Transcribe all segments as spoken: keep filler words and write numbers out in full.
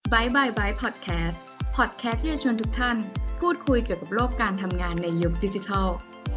บายบายบายพอดแคสต์พอดแคสต์ที่จะชวนทุกท่านพูดคุยเกี่ยวกับโลกการทำงานในยุคดิจิทัล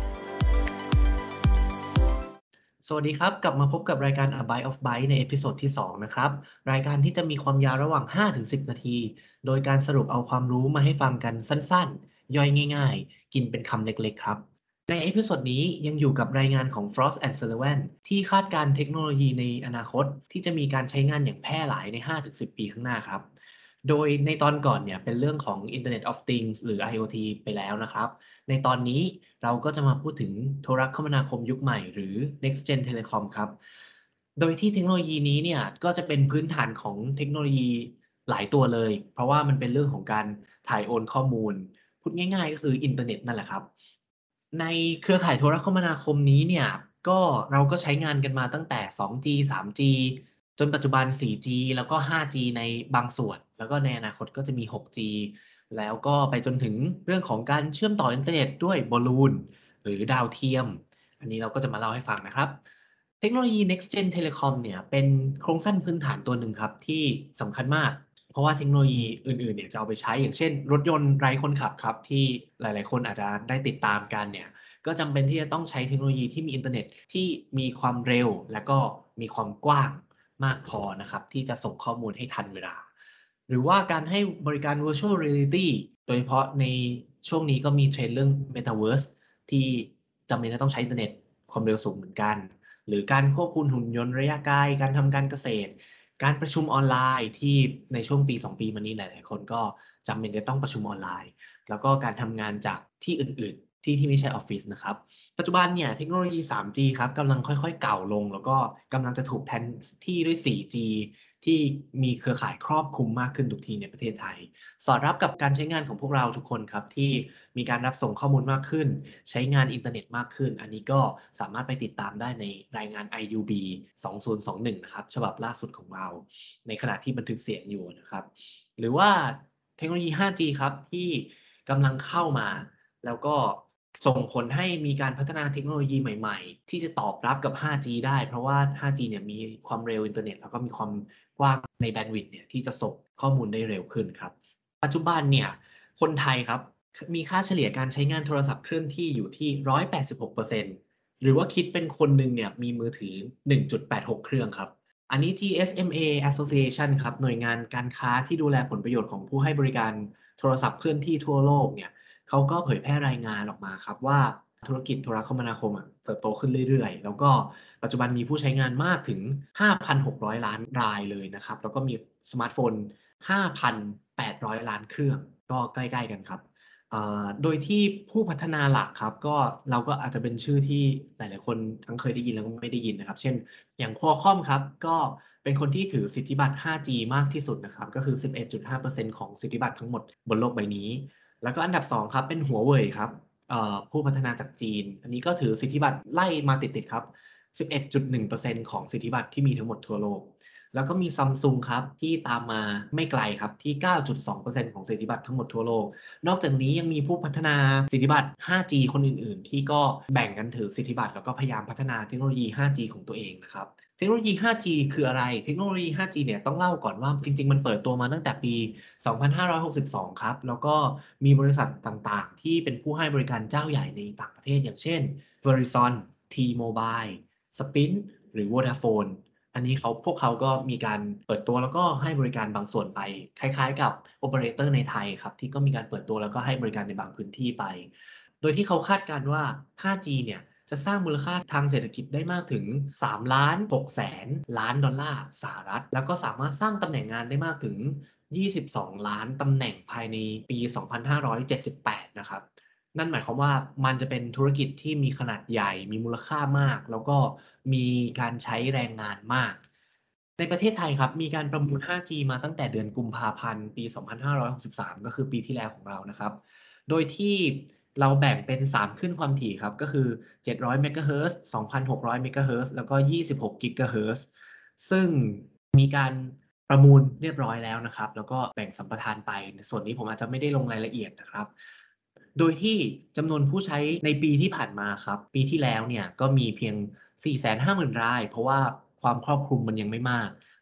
สวัสดีครับกลับมาพบกับรายการ A Bite of Byte ในเอพิโซดที่สองนะครับรายการที่จะมีความยาวระหว่าง ห้าถึงสิบ นาทีโดยการสรุปเอาความรู้มาให้ฟังกันสั้นๆย่อยง่ายๆกินเป็นคำเล็กๆครับในเอพิโซดนี้ยังอยู่กับรายงานของ Frost and Sullivan ที่คาดการณ์เทคโนโลยีในอนาคตที่จะมีการใช้งานอย่างแพร่หลายใน ห้าถึงสิบ ปีข้างหน้าครับโดยในตอนก่อนเนี่ยเป็นเรื่องของ Internet of Things หรือ IoT ไปแล้วนะครับในตอนนี้เราก็จะมาพูดถึงโทรคมนาคมยุคใหม่หรือ Next Gen Telecom ครับโดยที่เทคโนโลยีนี้เนี่ยก็จะเป็นพื้นฐานของเทคโนโลยีหลายตัวเลยเพราะว่ามันเป็นเรื่องของการถ่ายโอนข้อมูลพูดง่ายๆก็คืออินเทอร์เน็ตนั่นแหละครับในเครือข่ายโทรคมนาคมนี้เนี่ยก็เราก็ใช้งานกันมาตั้งแต่ สองจี สามจี จนปัจจุบัน สี่จี แล้วก็ ห้าจี ในบางส่วนแล้วก็ในอนาคตก็จะมี หกจี แล้วก็ไปจนถึงเรื่องของการเชื่อมต่ออินเทอร์เน็ตด้วยบอลลูนหรือดาวเทียมอันนี้เราก็จะมาเล่าให้ฟังนะครับเทคโนโลยี Next Gen Telecom เนี่ยเป็นโครงสร้างพื้นฐานตัวหนึ่งครับที่สำคัญมากเพราะว่าเทคโนโลยีอื่นๆเนี่ยจะเอาไปใช้อย่างเช่นรถยนต์ไร้คนขับครับที่หลายๆคนอาจจะได้ติดตามกันเนี่ยก็จำเป็นที่จะต้องใช้เทคโนโลยีที่มีอินเทอร์เน็ตที่มีความเร็วและก็มีความกว้างมากพอนะครับที่จะส่งข้อมูลให้ทันเวลา หรือว่าการให้บริการ Virtual Reality โดยเฉพาะในช่วงนี้ก็มีเทรนด์เรื่อง Metaverse ที่จำเป็นจะต้องใช้อินเทอร์เน็ตความเร็วสูงเหมือนกัน หรือการควบคุมหุ่นยนต์ระยะไกลการทำการเกษตร การประชุมออนไลน์ที่ในช่วงปีสองปีมานี้หลายๆคนก็จำเป็นจะต้องประชุมออนไลน์ แล้วก็การทำงานจากที่อื่นๆที่ที่ไม่ใช่ออฟฟิศนะครับ ปัจจุบันเนี่ยเทคโนโลยี ทรีจี ครับกำลังค่อยๆเก่าลงแล้วก็กำลังจะถูกแทนที่ด้วย โฟร์จี ที่มีเครือข่ายครอบคลุมมากขึ้นทุกทีในประเทศไทยสอดรับกับการใช้งานของพวกเราทุกคนครับที่มีการรับส่งข้อมูลมากขึ้นใช้งานอินเทอร์เน็ตมากขึ้นอันนี้ก็สามารถไปติดตามได้ในรายงาน ไอ ยู บี สองพันยี่สิบเอ็ดนะครับฉบับล่าสุดของเราในขณะที่บันทึกเสียงอยู่นะครับหรือว่าเทคโนโลยี ห้าจี ครับที่กำลังเข้ามาแล้วก็ส่งผลให้มีการพัฒนาเทคโนโลยีใหม่ๆที่จะตอบรับกับ ห้าจี ได้เพราะว่า ห้าจี เนี่ยมีความเร็วอินเทอร์เน็ตแล้วก็มีความกว้างในแบนด์วิดต์เนี่ยที่จะส่งข้อมูลได้เร็วขึ้นครับปัจจุบันเนี่ยคนไทยครับมีค่าเฉลี่ยการใช้งานโทรศัพท์เคลื่อนที่อยู่ที่ หนึ่งร้อยแปดสิบหกเปอร์เซ็นต์ หรือว่าคิดเป็นคนหนึ่งเนี่ยมีมือถือ หนึ่งจุดแปดหก เครื่องครับอันนี้ จี เอส เอ็ม เอ Association ครับหน่วยงานการค้าที่ดูแลผลประโยชน์ของผู้ให้บริการโทรศัพท์เคลื่อนที่ทั่วโลกเนี่ยเขาก็เผยแพร่รายงานออกมาครับว่าธุรกิจโทรคมนาคมอะเติบโตขึ้นเรื่อยๆแล้วก็ปัจจุบันมีผู้ใช้งานมากถึง ห้าพันหกร้อย ล้านรายเลยนะครับแล้วก็มีสมาร์ตโฟน ห้าพันแปดร้อย ล้านเครื่องก็ใกล้ๆกันครับอ่าโดยที่ผู้พัฒนาหลักครับก็เราก็อาจจะเป็นชื่อที่หลายๆคนทั้งเคยได้ยินแล้วก็ไม่ได้ยินนะครับเช่นอย่าง Qualcomm ครับก็เป็นคนที่ถือสิทธิบัตร ห้าจี มากที่สุดนะครับก็คือ สิบเอ็ดจุดห้าเปอร์เซ็นต์ ของสิทธิบัตรทั้งหมดบนโลกใบนี้แล้วก็อันดับสองครับเป็น Huawei ครับเอ่อผู้พัฒนาจากจีนอันนี้ก็ถือสิทธิบัตรไล่มาติดๆครับ สิบเอ็ดจุดหนึ่งเปอร์เซ็นต์ ของสิทธิบัตรที่มีทั้งหมดทั่วโลกแล้วก็มี Samsung ครับที่ตามมาไม่ไกลครับที่ เก้าจุดสองเปอร์เซ็นต์ ของสิทธิบัตรทั้งหมดทั่วโลกนอกจากนี้ยังมีผู้พัฒนาสิทธิบัตร ห้าจี คนอื่นๆที่ก็แบ่งกันถือสิทธิบัตรแล้วก็พยายามพัฒนาเทคโนโลยี ห้าจี ของตัวเองนะครับเทคโนโลยี ห้าจี คืออะไรเทคโนโลยี ห้าจี เนี่ยต้องเล่าก่อนว่าจริงๆมันเปิดตัวมาตั้งแต่ปี สองพันห้าร้อยหกสิบสอง ครับแล้วก็มีบริษัทต่างๆที่เป็นผู้ให้บริการเจ้าใหญ่ในต่างประเทศอย่างเช่น Verizon T-Mobile Sprint หรือ Vodafone อันนี้เขาพวกเขาก็มีการเปิดตัวแล้วก็ให้บริการบางส่วนไปคล้ายๆกับโอเปอเรเตอร์ในไทยครับที่ก็มีการเปิดตัวแล้วก็ให้บริการในบางพื้นที่ไปโดยที่เขาคาดการณ์ว่า ห้าจี เนี่ยจะสร้างมูลค่าทางเศรษฐกิจได้มากถึง สามล้านหกแสน ล้านดอลลาร์สหรัฐแล้วก็สามารถสร้างตำแหน่งงานได้มากถึง ยี่สิบสอง ล้านตำแหน่งภายในปี สองพันห้าร้อยเจ็ดสิบแปด นะครับ นั่นหมายความว่ามันจะเป็นธุรกิจที่มีขนาดใหญ่ มีมูลค่ามาก แล้วก็มีการใช้แรงงานมาก ในประเทศไทยครับมีการประมูล ห้าจี มาตั้งแต่เดือนกุมภาพันธ์ปี สองพันห้าร้อยหกสิบสาม ก็คือปีที่แล้วของเรานะครับ โดยที่เราแบ่งเป็น สาม ขึ้นความถี่ครับ ก็คือ เจ็ดร้อย เมกะเฮิรตซ์ สองพันหกร้อย เมกะเฮิรตซ์ แล้วก็ ยี่สิบหก กิกะเฮิรตซ์ ซึ่งมีการประมูลเรียบร้อยแล้วนะครับ แล้วก็แบ่งสัมปทานไป ส่วนนี้ผมอาจจะไม่ได้ลงรายละเอียดนะครับ โดยที่จำนวนผู้ใช้ในปีที่ผ่านมาครับปีที่แล้วเนี่ยก็มีเพียง สี่แสนห้าหมื่น รายเพราะว่าความครอบคลุมมันยังไม่มาก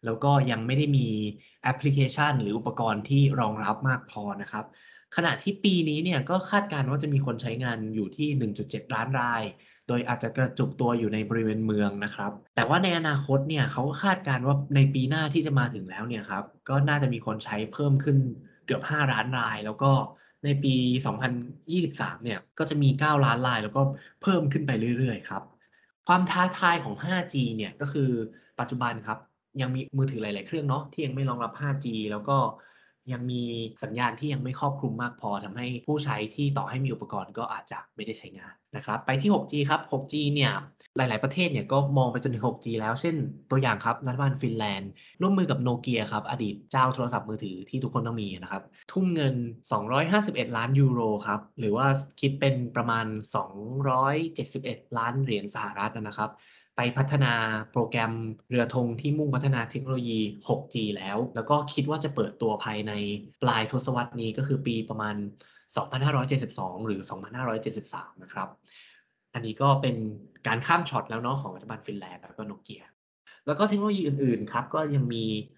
แล้วก็ยังไม่ได้มีแอปพลิเคชันหรืออุปกรณ์ที่รองรับมากพอนะครับขณะที่ปีนี้เนี่ยก็คาดการณ์ว่าจะมีคนใช้งานอยู่ที่ หนึ่งจุดเจ็ด ล้านรายโดยอาจจะกระจุกตัวอยู่ในบริเวณเมืองนะครับแต่ว่าในอนาคตเนี่ยเขาก็คาดการณ์ว่าในปีหน้าที่จะมาถึงแล้วเนี่ยครับก็น่าจะมีคนใช้เพิ่มขึ้นเกือบห้าล้านรายแล้วก็ในปีสองพันยี่สิบสามเนี่ยก็จะมีเก้าล้านรายแล้วก็เพิ่มขึ้นไปเรื่อยๆครับความท้าทายของ ห้าจี เนี่ยก็คือปัจจุบันครับยังมีมือถือหลายๆเครื่องเนาะที่ยังไม่รองรับ ห้าจี แล้วก็ยังมีสัญญาณที่ยังไม่ครอบคลุมมากพอทำให้ผู้ใช้ที่ต่อให้มีอุปกรณ์ก็อาจจะไม่ได้ใช้งานนะครับไปที่ หกจี ครับ หกจี เนี่ยหลายๆประเทศเนี่ยก็มองไปจนถึง หกจี แล้วเช่นตัวอย่างครับรัฐบาลฟินแลนด์ร่วมมือกับ Nokia ครับอดีตเจ้าโทรศัพท์มือถือที่ทุกคนต้องมีนะครับทุ่มเงินสองร้อยห้าสิบเอ็ดล้านยูโรครับหรือว่าคิดเป็นประมาณสองร้อยเจ็ดสิบเอ็ดล้านเหรียญสหรัฐนะครับไปพัฒนาโปรแกรมเรือธงที่มุ่งพัฒนาเทคโนโลยี หกจี แล้วแล้วก็คิดว่าจะเปิดตัวภายในปลายทศวรรษนี้ก็คือปีประมาณสองพันห้าร้อยเจ็ดสิบสองหรือสองพันห้าร้อยเจ็ดสิบสามนะครับอันนี้ก็เป็นการข้ามช็อตแล้วเนาะของรัฐบาลฟินแลนด์แล้วก็ Nokia แล้วก็เทคโนโลยีอื่นๆครับก็ยังมี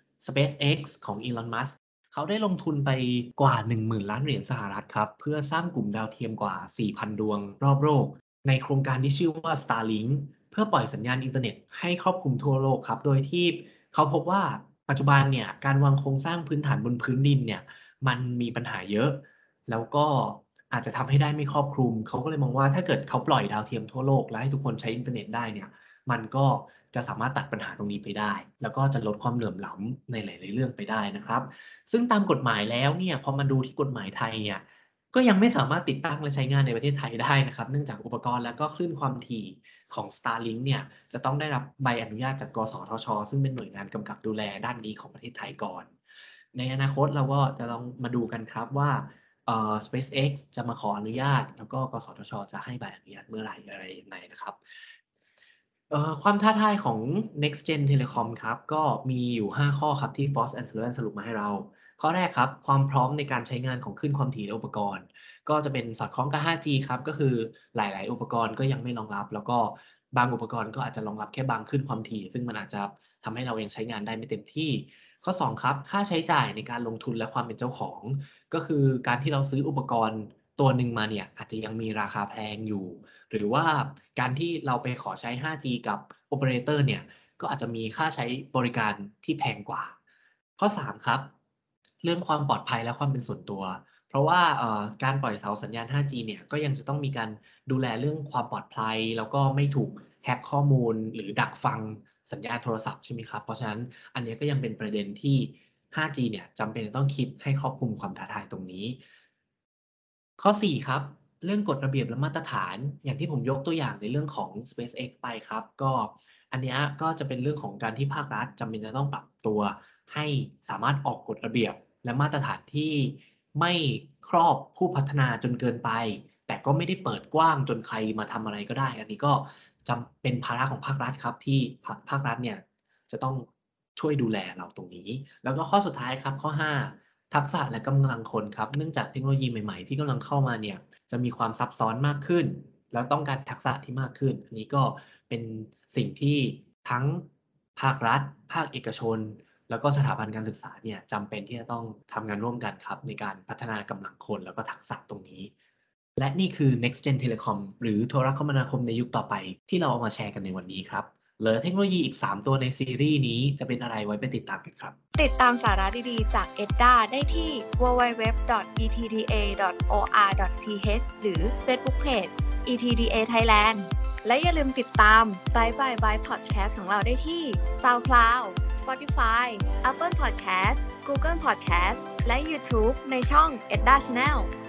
SpaceX ของ Elon Musk เขาได้ลงทุนไปกว่า หนึ่งหมื่น ล้านเหรียญสหรัฐครับเพื่อสร้างกลุ่มดาวเทียมกว่า สี่พัน ดวงรอบโลกในโครงการที่ชื่อว่า Starlink เพื่อปล่อยสัญญาณอินเทอร์เน็ตให้ครอบคลุมทั่วโลกครับโดยที่เขาพบว่าปัจจุบันเนี่ยการวางโครงสร้างพื้นฐานบนพื้นดินเนี่ยมันมีปัญหาเยอะแล้วก็อาจจะทำให้ได้ไม่ครอบคลุมเขาก็เลยมองว่าถ้าเกิดเขาปล่อยดาวเทียมทั่วโลกและให้ทุกคนใช้อินเทอร์เน็ตได้เนี่ยมันก็จะสามารถตัดปัญหาตรงนี้ไปได้แล้วก็จะลดความเหลื่อมล้ำในหลายๆเรื่องไปได้นะครับซึ่งตามกฎหมายแล้วเนี่ยพอมาดูที่กฎหมายไทยเนี่ยก็ยังไม่สามารถติดตั้งและใช้งานในประเทศไทยได้นะครับเนื่องจากอุปกรณ์และก็คลื่นความถี่ของ Starlink เนี่ยจะต้องได้รับใบอนุญาตจากกสทช.ซึ่งเป็นหน่วยงานกำกับดูแลด้านนี้ของประเทศไทยก่อนในอนาคตเราก็จะลองมาดูกันครับว่าเอ่อ SpaceX จะมาขออนุญาตแล้วก็กสทช.จะให้ใบอนุญาตเมื่อไหร่อะไรยังไงนะครับเอ่อความท้าทายของ Next Gen Telecom ครับก็มีอยู่ ห้า ข้อครับที่ Frost and Sullivan สรุปมาให้เราข้อแรกครับความพร้อมในการใช้งานของคลื่นความถี่และอุปกรณ์ก็จะเป็นสอดคล้องกับ ห้าจี ครับก็คือหลายๆอุปกรณ์ก็ยังไม่รองรับแล้วก็บางอุปกรณ์ก็อาจจะรองรับแค่บางคลื่นความถี่ซึ่งมันอาจจะทำให้เรายังใช้งานได้ไม่เต็มที่ข้อสองครับค่าใช้จ่ายในการลงทุนและความเป็นเจ้าของก็คือการที่เราซื้ออุปกรณ์ตัวหนึ่งมาเนี่ยอาจจะยังมีราคาแพงอยู่หรือว่าการที่เราไปขอใช้ ห้าจี กับโอเปอเรเตอร์เนี่ยก็อาจจะมีค่าใช้บริการที่แพงกว่าข้อสามครับเรื่องความปลอดภัยและความเป็นส่วนตัวเพราะว่าเอ่อการปล่อยเสาสัญญาณ ห้าจี เนี่ยก็ยังจะต้องมีการดูแลเรื่องความปลอดภัยแล้วก็ไม่ถูกแฮ็กข้อมูลหรือดักฟังสัญญาณโทรศัพท์ใช่ไหมครับเพราะฉะนั้นอันนี้ก็ยังเป็นประเด็นที่ ห้าจี เนี่ยจำเป็นจะต้องคิดให้ครอบคลุมความท้าทายตรงนี้ข้อสี่ครับเรื่องกฎระเบียบและมาตรฐานอย่างที่ผมยกตัวอย่างในเรื่องของ SpaceX ไปครับก็อันเนี้ยก็จะเป็นเรื่องของการที่ภาครัฐจำเป็นจะต้องปรับตัวให้สามารถออกกฎระเบียบและมาตรฐานที่ไม่ครอบผู้พัฒนาจนเกินไปแต่ก็ไม่ได้เปิดกว้างจนใครมาทำอะไรก็ได้อันนี้ก็จำเป็นภาระของภาครัฐครับที่ภาภาครัฐเนี่ยจะต้องช่วยดูแลเราตรงนี้แล้วก็ข้อสุดท้ายครับข้อห้า ทักษะและกำลังคนครับเนื่องจากเทคโนโลยีใหม่ๆที่กำลังเข้ามาเนี่ยจะมีความซับซ้อนมากขึ้นแล้วต้องการทักษะที่มากขึ้นอันนี้ก็เป็นสิ่งที่ทั้งภาครัฐภาคเอกชนแล้วก็สถาบันการศึกษาเนี่ยจำเป็นที่จะต้องทำงานร่วมกันครับในการพัฒนากำลังคนแล้วก็ทักษะตรงนี้และนี่คือ Next Gen Telecom หรือโทรคมนาคมในยุคต่อไปที่เราเอามาแชร์กันในวันนี้ครับเหลือเทคโนโลยีอีกสามตัวในซีรีส์นี้จะเป็นอะไรไว้ไปติดตามกันครับติดตามสาระดีๆจาก เอ็ด ด้า ได้ที่ ดับเบิลยู ดับเบิลยู ดับเบิลยู ดอท อี ที ดี เอ ดอท โอ อาร์ ดอท ที เอช หรือ Facebook Page อี ที ดี เอ Thailand และอย่าลืมติดตาม Bye Bye Bye Podcast ของเราได้ที่ SoundCloud Spotify Apple Podcast Google Podcast และ YouTube ในช่อง เอ็ด ด้า Channel